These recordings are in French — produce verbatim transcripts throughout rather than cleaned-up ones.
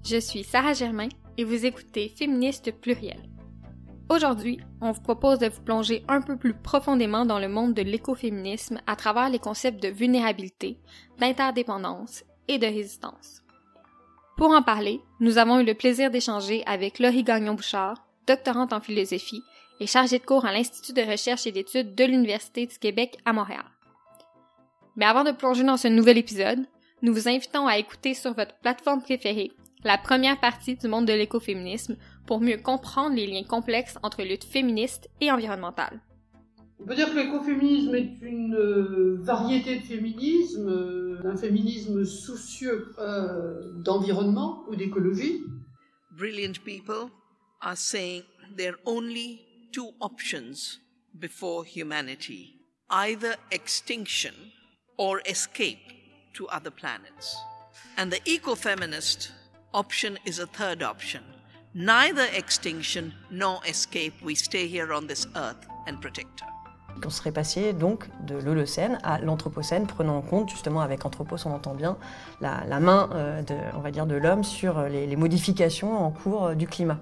Je suis Sarah Germain et vous écoutez Féministe Pluriel. Aujourd'hui, on vous propose de vous plonger un peu plus profondément dans le monde de l'écoféminisme à travers les concepts de vulnérabilité, d'interdépendance et de résistance. Pour en parler, nous avons eu le plaisir d'échanger avec Laurie Gagnon-Bouchard, doctorante en philosophie et chargée de cours à l'Institut de recherche et d'études de l'Université du Québec à Montréal. Mais avant de plonger dans ce nouvel épisode, nous vous invitons à écouter sur votre plateforme préférée la première partie du monde de l'écoféminisme pour mieux comprendre les liens complexes entre lutte féministe et environnementale. On peut dire que l'écoféminisme est une euh, variété de féminisme, euh, un féminisme soucieux euh, d'environnement ou d'écologie. Brilliant people are saying there are only two options before humanity, either extinction or escape to other planets. And the ecofeminist option is a third option. Neither extinction nor escape. We stay here on this earth and protect her. On serait passé donc de l'Holocène à l'Anthropocène, prenant en compte justement avec Anthropos on entend bien la, la main euh, de, on va dire de l'homme sur les, les modifications en cours euh, du climat.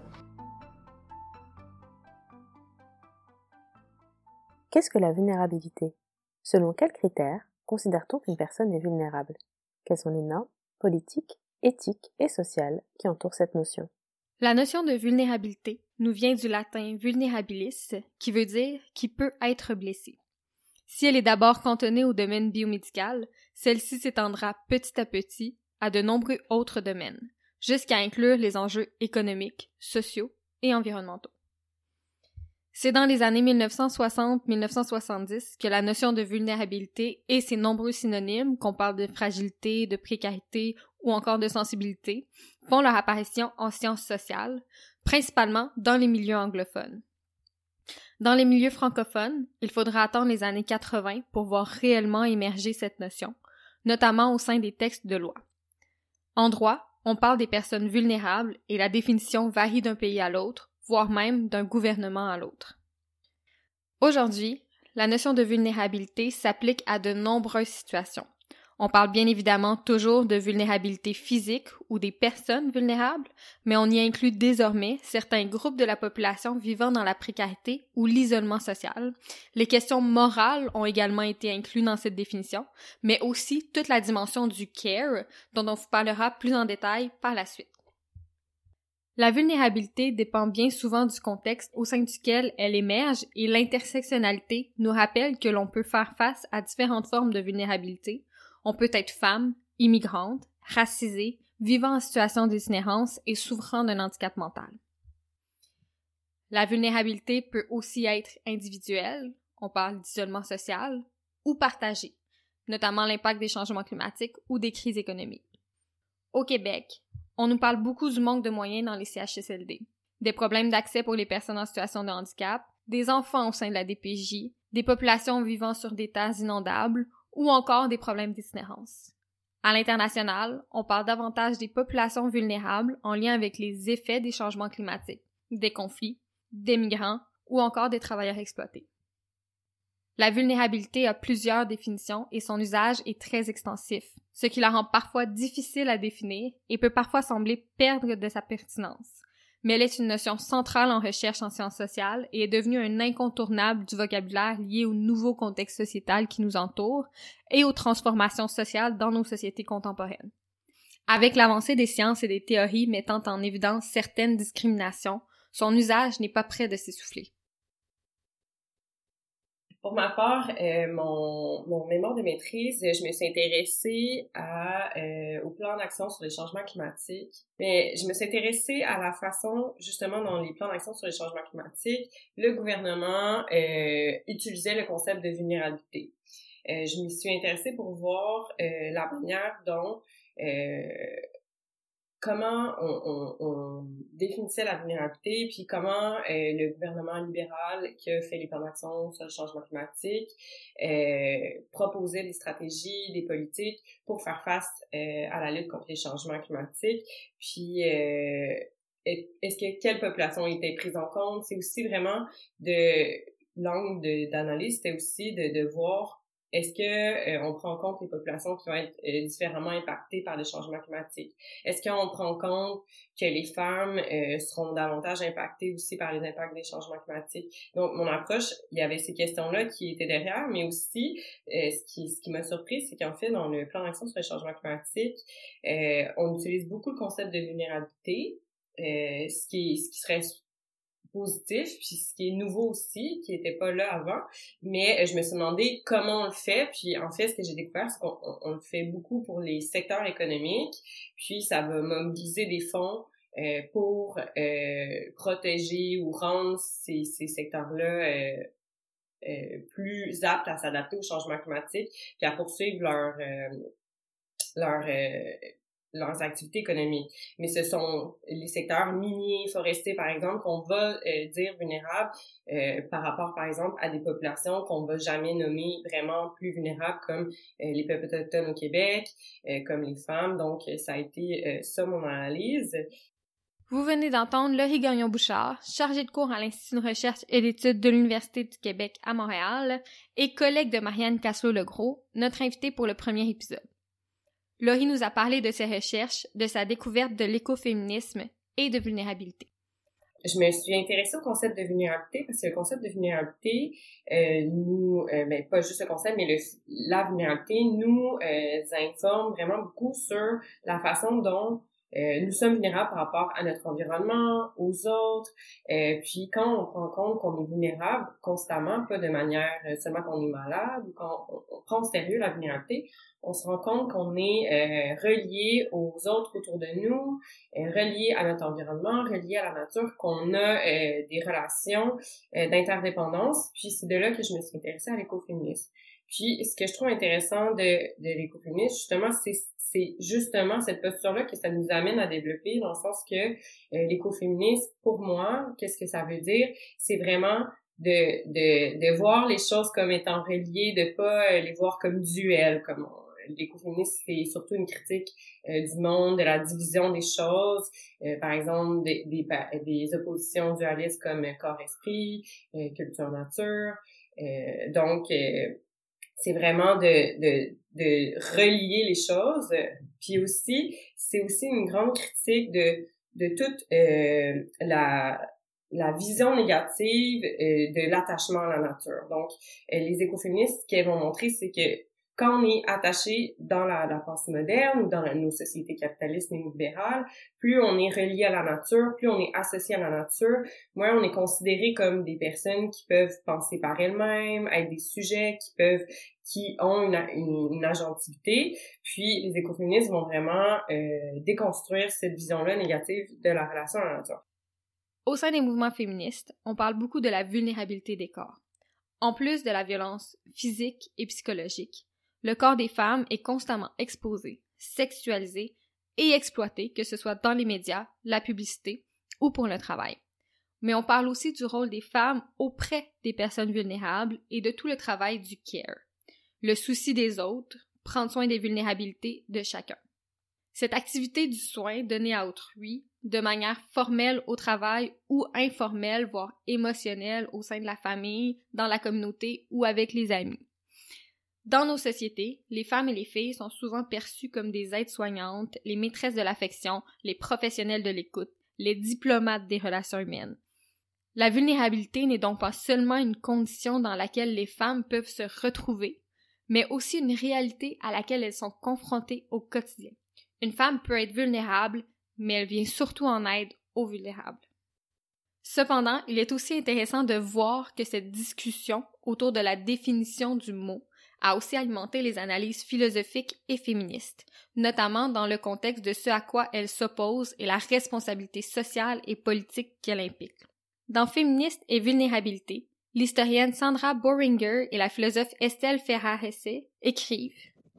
Qu'est-ce que la vulnérabilité ? Selon quels critères considère-t-on qu'une personne est vulnérable ? Quelles sont les normes politiques, éthiques et sociales qui entourent cette notion ? La notion de vulnérabilité nous vient du latin vulnerabilis, qui veut dire « qui peut être blessé ». Si elle est d'abord cantonnée au domaine biomédical, celle-ci s'étendra petit à petit à de nombreux autres domaines, jusqu'à inclure les enjeux économiques, sociaux et environnementaux. C'est dans les années mille neuf cent soixante à mille neuf cent soixante-dix que la notion de vulnérabilité et ses nombreux synonymes, qu'on parle de fragilité, de précarité ou encore de sensibilité, font leur apparition en sciences sociales, principalement dans les milieux anglophones. Dans les milieux francophones, il faudra attendre les années quatre-vingts pour voir réellement émerger cette notion, notamment au sein des textes de loi. En droit, on parle des personnes vulnérables et la définition varie d'un pays à l'autre, voire même d'un gouvernement à l'autre. Aujourd'hui, la notion de vulnérabilité s'applique à de nombreuses situations. On parle bien évidemment toujours de vulnérabilité physique ou des personnes vulnérables, mais on y inclut désormais certains groupes de la population vivant dans la précarité ou l'isolement social. Les questions morales ont également été incluses dans cette définition, mais aussi toute la dimension du care, dont on vous parlera plus en détail par la suite. La vulnérabilité dépend bien souvent du contexte au sein duquel elle émerge et l'intersectionnalité nous rappelle que l'on peut faire face à différentes formes de vulnérabilité. On peut être femme, immigrante, racisée, vivant en situation d'itinérance et souffrant d'un handicap mental. La vulnérabilité peut aussi être individuelle, on parle d'isolement social, ou partagée, notamment l'impact des changements climatiques ou des crises économiques. Au Québec, on nous parle beaucoup du manque de moyens dans les C H S L D, des problèmes d'accès pour les personnes en situation de handicap, des enfants au sein de la D P J, des populations vivant sur des terres inondables ou encore des problèmes d'itinérance. À l'international, on parle davantage des populations vulnérables en lien avec les effets des changements climatiques, des conflits, des migrants ou encore des travailleurs exploités. La vulnérabilité a plusieurs définitions et son usage est très extensif, ce qui la rend parfois difficile à définir et peut parfois sembler perdre de sa pertinence. Mais elle est une notion centrale en recherche en sciences sociales et est devenue un incontournable du vocabulaire lié au nouveau contexte sociétal qui nous entoure et aux transformations sociales dans nos sociétés contemporaines. Avec l'avancée des sciences et des théories mettant en évidence certaines discriminations, son usage n'est pas près de s'essouffler. Pour ma part, euh, mon, mon mémoire de maîtrise, je me suis intéressée à, euh, au plan d'action sur les changements climatiques. Mais je me suis intéressée à la façon, justement, dans les plans d'action sur les changements climatiques, le gouvernement euh, utilisait le concept de vulnérabilité. Euh, je m'y suis intéressée pour voir euh, la manière dont euh, comment on, on, on définissait la vulnérabilité, puis comment euh, le gouvernement libéral qui a fait les plans d'action sur le changement climatique euh, proposait des stratégies, des politiques pour faire face euh, à la lutte contre les changements climatiques. Puis, euh, est-ce que quelle population était prise en compte? C'est aussi vraiment de l'angle de, d'analyse, c'était aussi de, de voir est-ce que euh, on prend en compte les populations qui vont être euh, différemment impactées par le changement climatique? Est-ce qu'on prend en compte que les femmes euh, seront davantage impactées aussi par les impacts des changements climatiques? Donc, mon approche, il y avait ces questions-là qui étaient derrière, mais aussi, euh, ce qui ce qui m'a surpris, c'est qu'en fait, dans le plan d'action sur le changement climatique, euh, on utilise beaucoup le concept de vulnérabilité, euh, ce qui ce qui serait positif, puis ce qui est nouveau aussi, qui était pas là avant, mais je me suis demandé comment on le fait, puis en fait, ce que j'ai découvert, c'est qu'on on, on le fait beaucoup pour les secteurs économiques, puis ça va mobiliser des fonds euh, pour euh, protéger ou rendre ces, ces secteurs-là euh, euh, plus aptes à s'adapter au changement climatique, puis à poursuivre leur euh, leur euh, leurs activités économiques. Mais ce sont les secteurs miniers, forestiers, par exemple, qu'on va euh, dire vulnérables euh, par rapport, par exemple, à des populations qu'on va jamais nommer vraiment plus vulnérables, comme euh, les peuples autochtones au Québec, euh, comme les femmes. Donc, ça a été euh, ça mon analyse. Vous venez d'entendre Laurie Gagnon-Bouchard, chargée de cours à l'Institut de recherche et d'études de l'Université du Québec à Montréal, et collègue de Marianne Casselot-Legros, notre invitée pour le premier épisode. Laurie nous a parlé de ses recherches, de sa découverte de l'écoféminisme et de vulnérabilité. Je me suis intéressée au concept de vulnérabilité parce que le concept de vulnérabilité euh, nous, euh, ben pas juste le concept, mais le, la vulnérabilité nous euh, informe vraiment beaucoup sur la façon dont Euh, nous sommes vulnérables par rapport à notre environnement, aux autres, euh, puis quand on prend compte qu'on est vulnérable constamment, pas de manière euh, seulement qu'on est malade, ou quand on, on prend au sérieux la vulnérabilité, on se rend compte qu'on est euh, relié aux autres autour de nous, euh, relié à notre environnement, relié à la nature, qu'on a euh, des relations euh, d'interdépendance, puis c'est de là que je me suis intéressée à l'écoféminisme. Puis, ce que je trouve intéressant de, de l'écoféminisme, justement, c'est, c'est justement cette posture-là que ça nous amène à développer, dans le sens que euh, l'écoféminisme, pour moi, qu'est-ce que ça veut dire? C'est vraiment de, de, de voir les choses comme étant reliées, de pas euh, les voir comme duels, comme on, l'écoféminisme, c'est surtout une critique euh, du monde, de la division des choses, euh, par exemple, des, des, des oppositions dualistes comme corps-esprit, euh, culture-nature, euh, donc... Euh, c'est vraiment de, de, de relier les choses. Puis aussi, c'est aussi une grande critique de, de toute euh, la, la vision négative euh, de l'attachement à la nature. Donc, euh, les écoféministes, ce qu'elles vont montrer, c'est que quand on est attaché dans la, la pensée moderne ou dans la, nos sociétés capitalistes et libérales, plus on est relié à la nature, plus on est associé à la nature, moins on est considéré comme des personnes qui peuvent penser par elles-mêmes, être des sujets qui peuvent, qui ont une, une, une agentivité. Puis les écoféministes vont vraiment euh, déconstruire cette vision-là négative de la relation à la nature. Au sein des mouvements féministes, on parle beaucoup de la vulnérabilité des corps. En plus de la violence physique et psychologique, le corps des femmes est constamment exposé, sexualisé et exploité, que ce soit dans les médias, la publicité ou pour le travail. Mais on parle aussi du rôle des femmes auprès des personnes vulnérables et de tout le travail du care, le souci des autres, prendre soin des vulnérabilités de chacun. Cette activité du soin donné à autrui, de manière formelle au travail ou informelle, voire émotionnelle au sein de la famille, dans la communauté ou avec les amis. Dans nos sociétés, les femmes et les filles sont souvent perçues comme des aides-soignantes, les maîtresses de l'affection, les professionnels de l'écoute, les diplomates des relations humaines. La vulnérabilité n'est donc pas seulement une condition dans laquelle les femmes peuvent se retrouver, mais aussi une réalité à laquelle elles sont confrontées au quotidien. Une femme peut être vulnérable, mais elle vient surtout en aide aux vulnérables. Cependant, il est aussi intéressant de voir que cette discussion autour de la définition du mot a aussi alimenté les analyses philosophiques et féministes, notamment dans le contexte de ce à quoi elle s'oppose et la responsabilité sociale et politique qu'elle implique. Dans Féministe et vulnérabilité, l'historienne Sandra Boehringer et la philosophe Estelle Ferrarese écrivent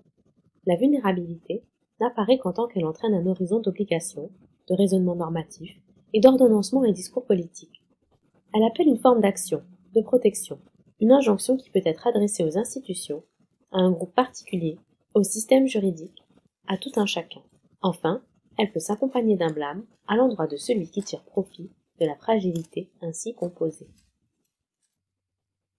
« La vulnérabilité n'apparaît qu'en tant qu'elle entraîne un horizon d'obligation, de raisonnement normatif et d'ordonnancement et discours politique. Elle appelle une forme d'action, de protection, une injonction qui peut être adressée aux institutions, à un groupe particulier, au système juridique, à tout un chacun. Enfin, elle peut s'accompagner d'un blâme à l'endroit de celui qui tire profit de la fragilité ainsi composée. »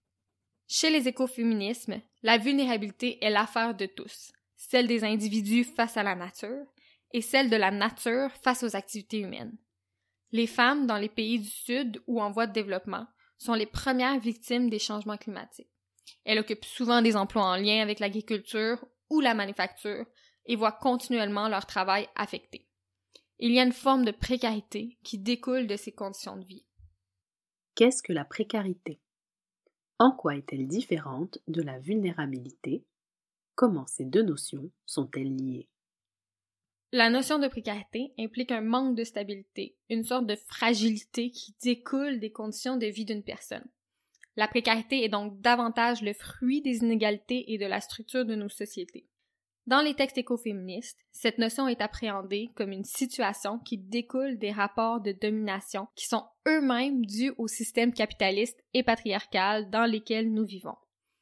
Chez les écoféminismes, la vulnérabilité est l'affaire de tous, celle des individus face à la nature et celle de la nature face aux activités humaines. Les femmes dans les pays du Sud ou en voie de développement sont les premières victimes des changements climatiques. Elles occupent souvent des emplois en lien avec l'agriculture ou la manufacture et voient continuellement leur travail affecté. Il y a une forme de précarité qui découle de ces conditions de vie. Qu'est-ce que la précarité? En quoi est-elle différente de la vulnérabilité? Comment ces deux notions sont-elles liées? La notion de précarité implique un manque de stabilité, une sorte de fragilité qui découle des conditions de vie d'une personne. La précarité est donc davantage le fruit des inégalités et de la structure de nos sociétés. Dans les textes écoféministes, cette notion est appréhendée comme une situation qui découle des rapports de domination qui sont eux-mêmes dus au système capitaliste et patriarcal dans lesquels nous vivons.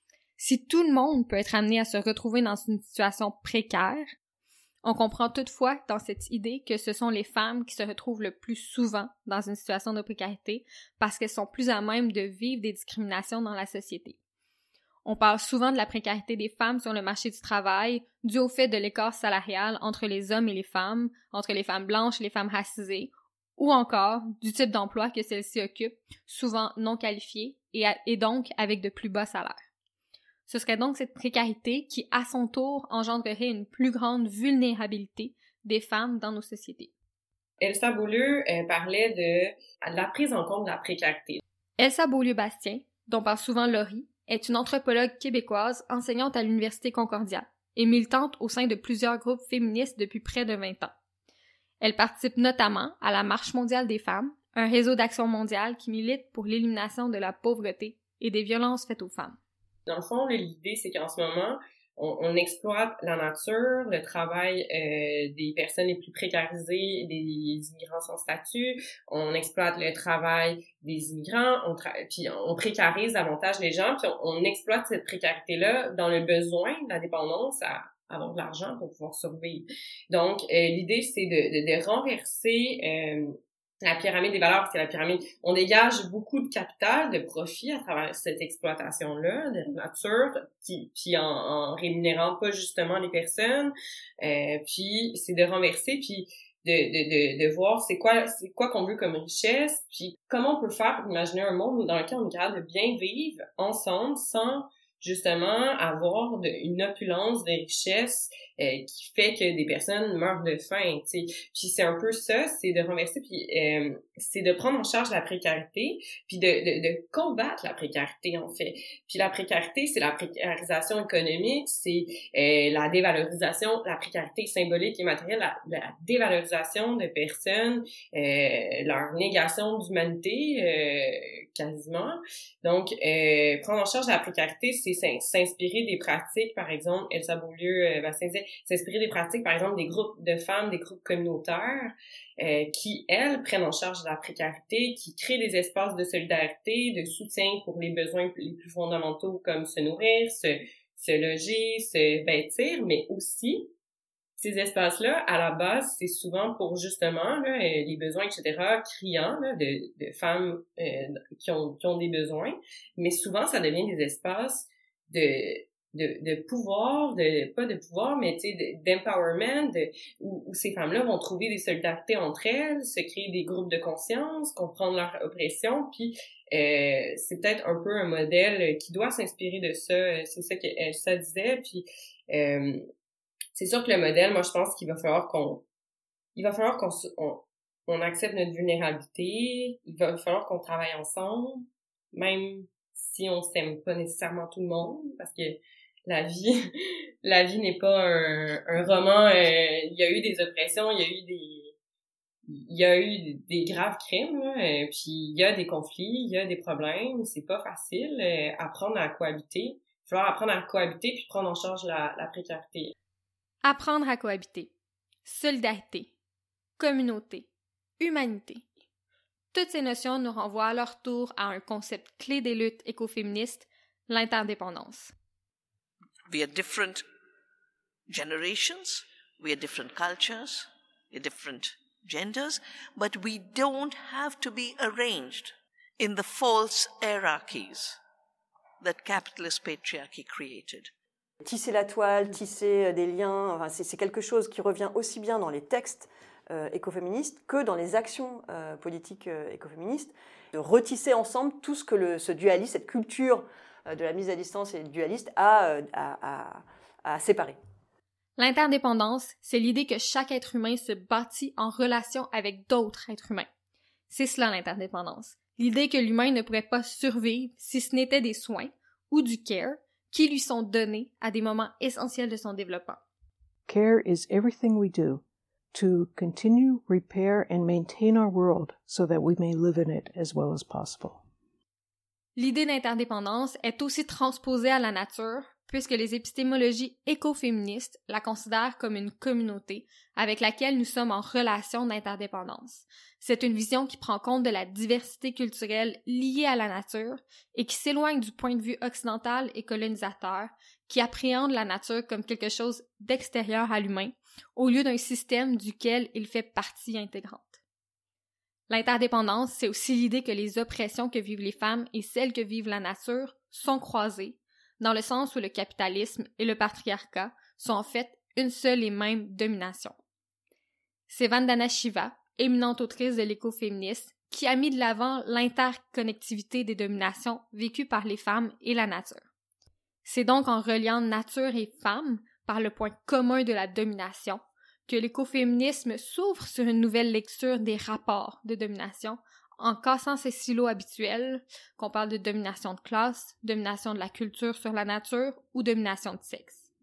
Si tout le monde peut être amené à se retrouver dans une situation précaire, on comprend toutefois dans cette idée que ce sont les femmes qui se retrouvent le plus souvent dans une situation de précarité parce qu'elles sont plus à même de vivre des discriminations dans la société. On parle souvent de la précarité des femmes sur le marché du travail, dû au fait de l'écart salarial entre les hommes et les femmes, entre les femmes blanches et les femmes racisées, ou encore du type d'emploi que celles-ci occupent, souvent non qualifiées et, à, et donc avec de plus bas salaires. Ce serait donc cette précarité qui, à son tour, engendrerait une plus grande vulnérabilité des femmes dans nos sociétés. Elsa Beaulieu euh, parlait de, de la prise en compte de la précarité. Elsa Beaulieu-Bastien, dont parle souvent Laurie, est une anthropologue québécoise enseignante à l'Université Concordia et militante au sein de plusieurs groupes féministes depuis près de vingt ans. Elle participe notamment à la Marche mondiale des femmes, un réseau d'action mondiale qui milite pour l'élimination de la pauvreté et des violences faites aux femmes. Dans le fond, l'idée, c'est qu'en ce moment, on, on exploite la nature, le travail euh, des personnes les plus précarisées, des immigrants sans statut, on exploite le travail des immigrants, on tra- puis on précarise davantage les gens, puis on, on exploite cette précarité-là dans le besoin de la dépendance à avoir de l'argent pour pouvoir survivre. Donc, euh, l'idée, c'est de, de, de renverser euh, la pyramide des valeurs, parce que la pyramide, on dégage beaucoup de capital, de profit à travers cette exploitation-là de la nature, puis, puis en, en rémunérant pas justement les personnes, euh, puis c'est de renverser, puis de, de, de, de voir c'est quoi c'est quoi qu'on veut comme richesse, puis comment on peut faire pour imaginer un monde dans lequel on est capable de bien vivre ensemble sans justement avoir de, une opulence de richesse euh, qui fait que des personnes meurent de faim, tu sais. Puis c'est un peu ça, c'est de renverser, puis euh, c'est de prendre en charge la précarité, puis de, de, de combattre la précarité, en fait. Puis la précarité, c'est la précarisation économique, c'est euh, la dévalorisation, la précarité symbolique et matérielle, la, la dévalorisation de personnes, euh, leur négation d'humanité, euh, quasiment. Donc, euh, prendre en charge la précarité, c'est s'inspirer des pratiques, par exemple, Elsa Beaulieu-Bastien disait, s'inspirer des pratiques, par exemple, des groupes de femmes, des groupes communautaires, euh, qui, elles, prennent en charge la précarité, qui créent des espaces de solidarité, de soutien pour les besoins les plus fondamentaux, comme se nourrir, se, se loger, se vêtir, mais aussi, ces espaces-là, à la base, c'est souvent pour justement là, les besoins, et cetera, criants là, de, de femmes euh, qui ont qui ont des besoins, mais souvent ça devient des espaces de de, de pouvoir, de pas de pouvoir, mais tu sais d'empowerment, de, où, où ces femmes-là vont trouver des solidarités entre elles, se créer des groupes de conscience, comprendre leur oppression, puis euh, c'est peut-être un peu un modèle qui doit s'inspirer de ça. C'est ça qu'elle ça disait, puis euh, c'est sûr que le modèle, moi, je pense qu'il va falloir qu'on, il va falloir qu'on, on, on accepte notre vulnérabilité, il va falloir qu'on travaille ensemble, même si on s'aime pas nécessairement tout le monde, parce que la vie, la vie n'est pas un, un roman, euh, il y a eu des oppressions, il y a eu des, il y a eu des graves crimes, là, euh, puis il y a des conflits, il y a des problèmes, c'est pas facile, euh, apprendre à cohabiter, il va falloir apprendre à cohabiter puis prendre en charge la, la précarité. Apprendre à cohabiter, solidarité, communauté, humanité. Toutes ces notions nous renvoient à leur tour à un concept clé des luttes écoféministes, l'interdépendance. We are different generations, we are different cultures, we are different genders, but we don't have to be arranged in the false hierarchies that capitalist patriarchy created. Tisser la toile, tisser des liens, enfin, c'est, c'est quelque chose qui revient aussi bien dans les textes euh, écoféministes que dans les actions euh, politiques euh, écoféministes, de retisser ensemble tout ce que le, ce dualisme, cette culture euh, de la mise à distance et dualiste a, euh, a, a, a séparé. L'interdépendance, c'est l'idée que chaque être humain se bâtit en relation avec d'autres êtres humains. C'est cela l'interdépendance. L'idée que l'humain ne pourrait pas survivre si ce n'était des soins ou du care qui lui sont donnés à des moments essentiels de son développement. Care is everything we do to continue, repair, and maintain our world so that we may live in it as well as possible. L'idée d'interdépendance est aussi transposée à la nature, puisque les épistémologies écoféministes la considèrent comme une communauté avec laquelle nous sommes en relation d'interdépendance. C'est une vision qui prend compte de la diversité culturelle liée à la nature et qui s'éloigne du point de vue occidental et colonisateur, qui appréhende la nature comme quelque chose d'extérieur à l'humain, au lieu d'un système duquel il fait partie intégrante. L'interdépendance, c'est aussi l'idée que les oppressions que vivent les femmes et celles que vivent la nature sont croisées, dans le sens où le capitalisme et le patriarcat sont en fait une seule et même domination. C'est Vandana Shiva, éminente autrice de l'écoféminisme, qui a mis de l'avant l'interconnectivité des dominations vécues par les femmes et la nature. C'est donc en reliant nature et femmes par le point commun de la domination que l'écoféminisme s'ouvre sur une nouvelle lecture des rapports de domination en cassant ces silos habituels, qu'on parle de domination de classe, domination de la culture sur la nature ou domination de sexe.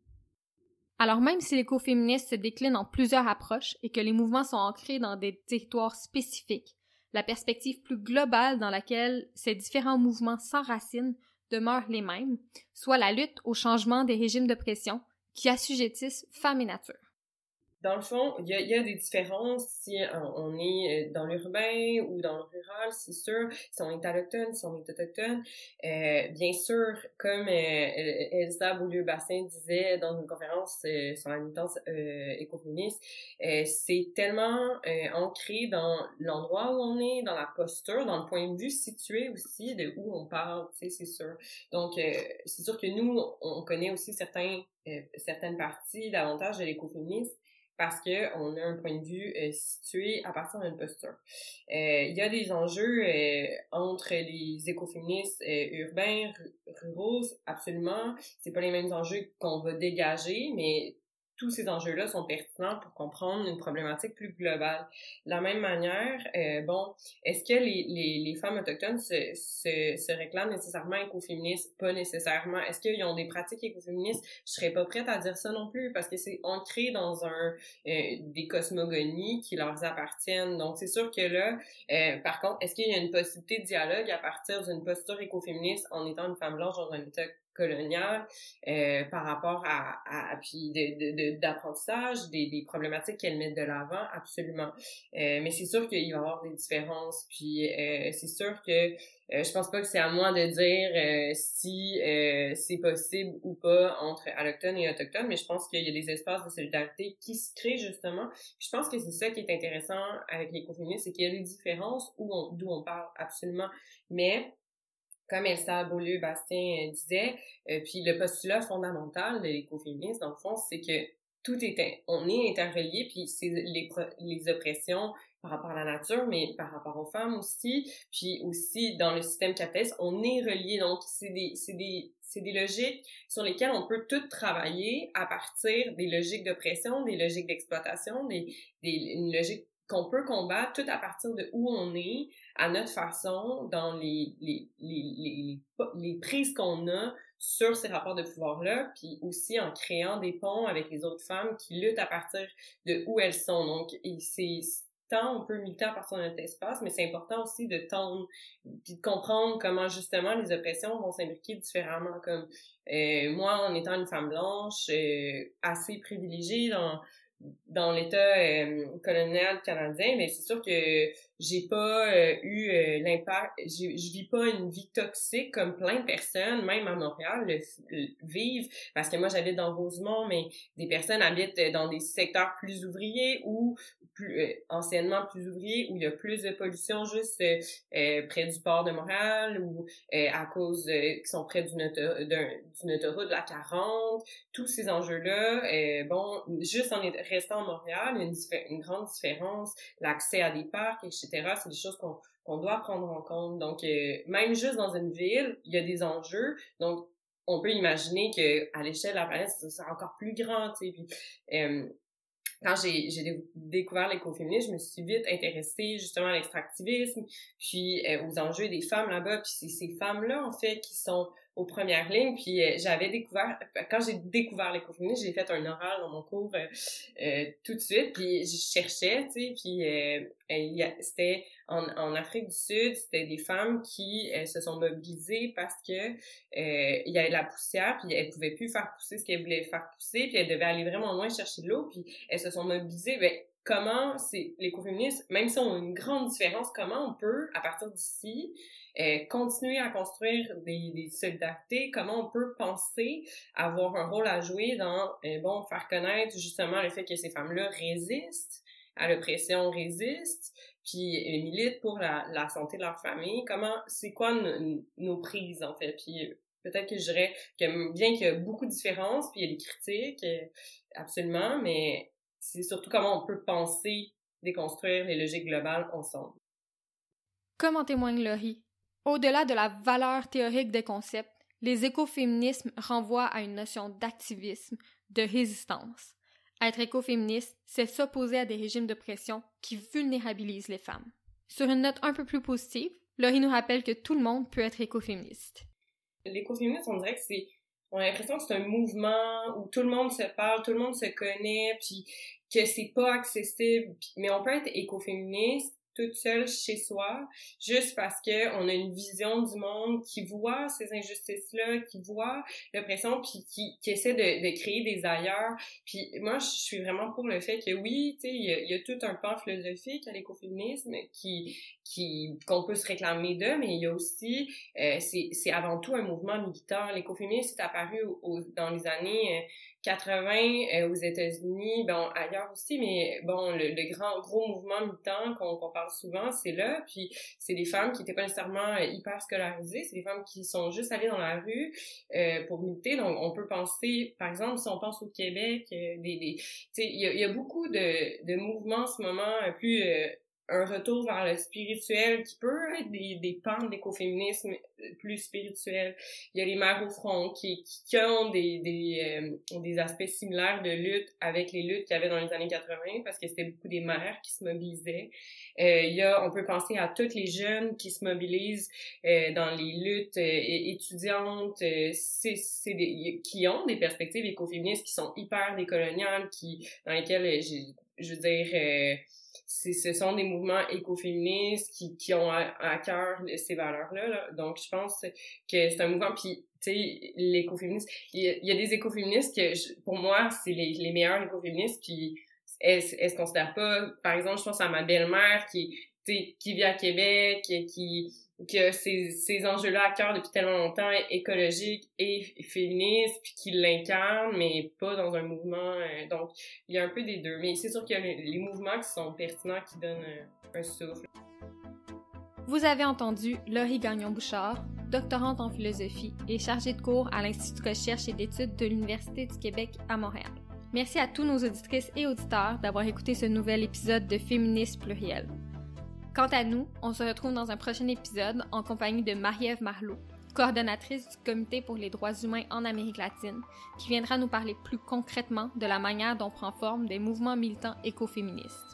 Alors même si l'écoféminisme se décline en plusieurs approches et que les mouvements sont ancrés dans des territoires spécifiques, la perspective plus globale dans laquelle ces différents mouvements s'enracinent demeurent les mêmes, soit la lutte au changement des régimes d'oppression qui assujettissent femmes et nature. Dans le fond, il y a, y a des différences si on est dans l'urbain ou dans le rural, c'est sûr. Si on est allochtone, si on est autochtone, euh, bien sûr, comme euh, Elsa Beaulieu-Bassin disait dans une conférence euh, sur la militance euh, écoféministe, euh, c'est tellement euh, ancré dans l'endroit où on est, dans la posture, dans le point de vue situé aussi de où on parle, tu sais, c'est sûr. Donc, euh, c'est sûr que nous, on connaît aussi certains, euh, certaines parties davantage de l'écoféminisme, parce que on a un point de vue euh, situé à partir d'une posture. Euh, il y a des enjeux euh, entre les écoféministes euh, urbains, ruraux, absolument. C'est pas les mêmes enjeux qu'on va dégager, mais tous ces enjeux-là sont pertinents pour comprendre une problématique plus globale. De la même manière, euh, bon, est-ce que les, les, les femmes autochtones se, se, se réclament nécessairement écoféministes? Pas nécessairement. Est-ce qu'ils ont des pratiques écoféministes? Je serais pas prête à dire ça non plus, parce que c'est ancré dans un euh, des cosmogonies qui leur appartiennent. Donc, c'est sûr que là, euh, par contre, est-ce qu'il y a une possibilité de dialogue à partir d'une posture écoféministe en étant une femme blanche dans un état colonial euh, par rapport à, à, à puis de, de, de, d'apprentissage, des, des problématiques qu'elles mettent de l'avant, absolument. Euh, mais c'est sûr qu'il va y avoir des différences, puis euh, c'est sûr que euh, je pense pas que c'est à moi de dire euh, si euh, c'est possible ou pas entre allochtones et autochtones, mais je pense qu'il y a des espaces de solidarité qui se créent justement. Puis je pense que c'est ça qui est intéressant avec l'écoféminisme, c'est qu'il y a des différences où on, d'où on parle, absolument. Mais comme Elsa Beaulieu-Bastien disait, euh, puis le postulat fondamental de l'écoféminisme, dans le fond, c'est que tout est, on est interrelié, puis c'est les, les oppressions par rapport à la nature, mais par rapport aux femmes aussi, puis aussi dans le système capitaliste, on est relié. Donc, c'est des, c'est des, c'est des logiques sur lesquelles on peut toutes travailler à partir des logiques d'oppression, des logiques d'exploitation, des, des, une logique qu'on peut combattre tout à partir de où on est, à notre façon, dans les, les, les, les, les prises qu'on a sur ces rapports de pouvoir-là, puis aussi en créant des ponts avec les autres femmes qui luttent à partir de où elles sont. Donc, c'est tant on peut militer à partir de notre espace, mais c'est important aussi de tendre, puis de comprendre comment justement les oppressions vont s'imbriquer différemment. Comme euh, moi, en étant une femme blanche, euh, assez privilégiée dans dans l'État euh, colonial canadien, mais c'est sûr que j'ai pas euh, eu euh, l'impact, je je vis pas une vie toxique comme plein de personnes, même à Montréal, le, le vivent, parce que moi j'habite dans Rosemont, mais des personnes habitent dans des secteurs plus ouvriers ou plus euh, anciennement plus ouvriers, où il y a plus de pollution juste euh, euh, près du port de Montréal, ou euh, à cause euh, qui sont près d'une auto, d'une autoroute de la quarante, tous ces enjeux-là, euh, bon, juste en restant à Montréal, il y a une, une grande différence, l'accès à des parcs, et cetera, c'est des choses qu'on qu'on doit prendre en compte. Donc, euh, même juste dans une ville, il y a des enjeux. Donc, on peut imaginer que à l'échelle de la planète, c'est encore plus grand, tu sais. Puis, euh, quand j'ai j'ai dé- découvert l'écoféminisme, je me suis vite intéressée justement à l'extractivisme, puis euh, aux enjeux des femmes là-bas. Puis c'est ces femmes-là, en fait, qui sont aux premières lignes. Puis euh, j'avais découvert, quand j'ai découvert l'écoféminisme, j'ai fait un oral dans mon cours euh, euh, tout de suite, puis je cherchais, tu sais, puis euh, il y a, c'était en, en Afrique du Sud, c'était des femmes qui euh, se sont mobilisées parce que euh, il y avait de la poussière, puis elles pouvaient plus faire pousser ce qu'elles voulaient faire pousser, puis elles devaient aller vraiment loin chercher de l'eau, puis elles se sont mobilisées. Ben, comment c'est l'écoféminisme, même si on a une grande différence, comment on peut, à partir d'ici, euh, continuer à construire des, des solidarités, comment on peut penser avoir un rôle à jouer dans, euh, bon, faire connaître justement le fait que ces femmes-là résistent à l'oppression, résistent, puis euh, militent pour la, la santé de leur famille. Comment, c'est quoi nos, nos prises, en fait, puis euh, peut-être que je dirais que bien qu'il y a beaucoup de différences, puis il y a des critiques, euh, absolument, mais c'est surtout comment on peut penser, déconstruire les logiques globales ensemble. Comme en témoigne Laurie, au-delà de la valeur théorique des concepts, les écoféminismes renvoient à une notion d'activisme, de résistance. Être écoféministe, c'est s'opposer à des régimes d'oppression qui vulnérabilisent les femmes. Sur une note un peu plus positive, Laurie nous rappelle que tout le monde peut être écoféministe. L'écoféminisme, on dirait que c'est on a l'impression que c'est un mouvement où tout le monde se parle, tout le monde se connaît, puis que c'est pas accessible. Mais on peut être écoféministe toute seule chez soi, juste parce que on a une vision du monde qui voit ces injustices-là, qui voit l'oppression, puis qui, qui essaie de, de créer des ailleurs. Puis moi, je suis vraiment pour le fait que oui, tu sais, il y a, il y a tout un pan philosophique à l'écoféminisme qui qui qu'on peut se réclamer d'eux, mais il y a aussi, euh, c'est c'est avant tout un mouvement militant. L'écoféminisme est apparu au, au, dans les années euh, quatre-vingts euh, aux États-Unis, bon ailleurs aussi, mais bon le, le grand gros mouvement militant qu'on, qu'on parle souvent, c'est là. Puis c'est des femmes qui étaient pas nécessairement euh, hyper scolarisées, c'est des femmes qui sont juste allées dans la rue euh, pour militer. Donc on peut penser, par exemple, si on pense au Québec, euh, des, des tu sais, il y a, il y a beaucoup de de mouvements en ce moment euh, plus euh, un retour vers le spirituel qui peut être des, des pans d'écoféminisme plus spirituels. Il y a les mères au front qui, qui ont des, des, euh, des aspects similaires de lutte avec les luttes qu'il y avait dans les années quatre-vingts parce que c'était beaucoup des mères qui se mobilisaient. Euh, il y a, on peut penser à toutes les jeunes qui se mobilisent euh, dans les luttes euh, étudiantes, euh, c'est, c'est des, qui ont des perspectives écoféministes qui sont hyper décoloniales, qui, dans lesquelles, je, je veux dire, euh, C'est, ce sont des mouvements écoféministes qui, qui ont à, à cœur ces valeurs-là, là. Donc, je pense que c'est un mouvement, puis, tu sais, l'écoféminisme, il y, a, il y a des écoféministes que, je, pour moi, c'est les, les meilleurs écoféministes, puis elles, elles se considèrent pas, par exemple, je pense à ma belle-mère qui, tu sais, qui vit à Québec, qui, qui a ces, ces enjeux-là à cœur depuis tellement longtemps, écologiques et féministes, puis qui l'incarnent, mais pas dans un mouvement. Euh, donc, il y a un peu des deux. Mais c'est sûr qu'il y a les, les mouvements qui sont pertinents, qui donnent euh, un souffle. Vous avez entendu Laurie Gagnon-Bouchard, doctorante en philosophie et chargée de cours à l'Institut de recherche et d'études de l'Université du Québec à Montréal. Merci à tous nos auditrices et auditeurs d'avoir écouté ce nouvel épisode de Féminisme pluriel. Quant à nous, on se retrouve dans un prochain épisode en compagnie de Marie-Ève Marleau, coordonnatrice du Comité pour les droits humains en Amérique latine, qui viendra nous parler plus concrètement de la manière dont prend forme des mouvements militants écoféministes.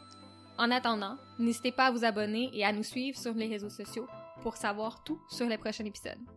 En attendant, n'hésitez pas à vous abonner et à nous suivre sur les réseaux sociaux pour savoir tout sur les prochains épisodes.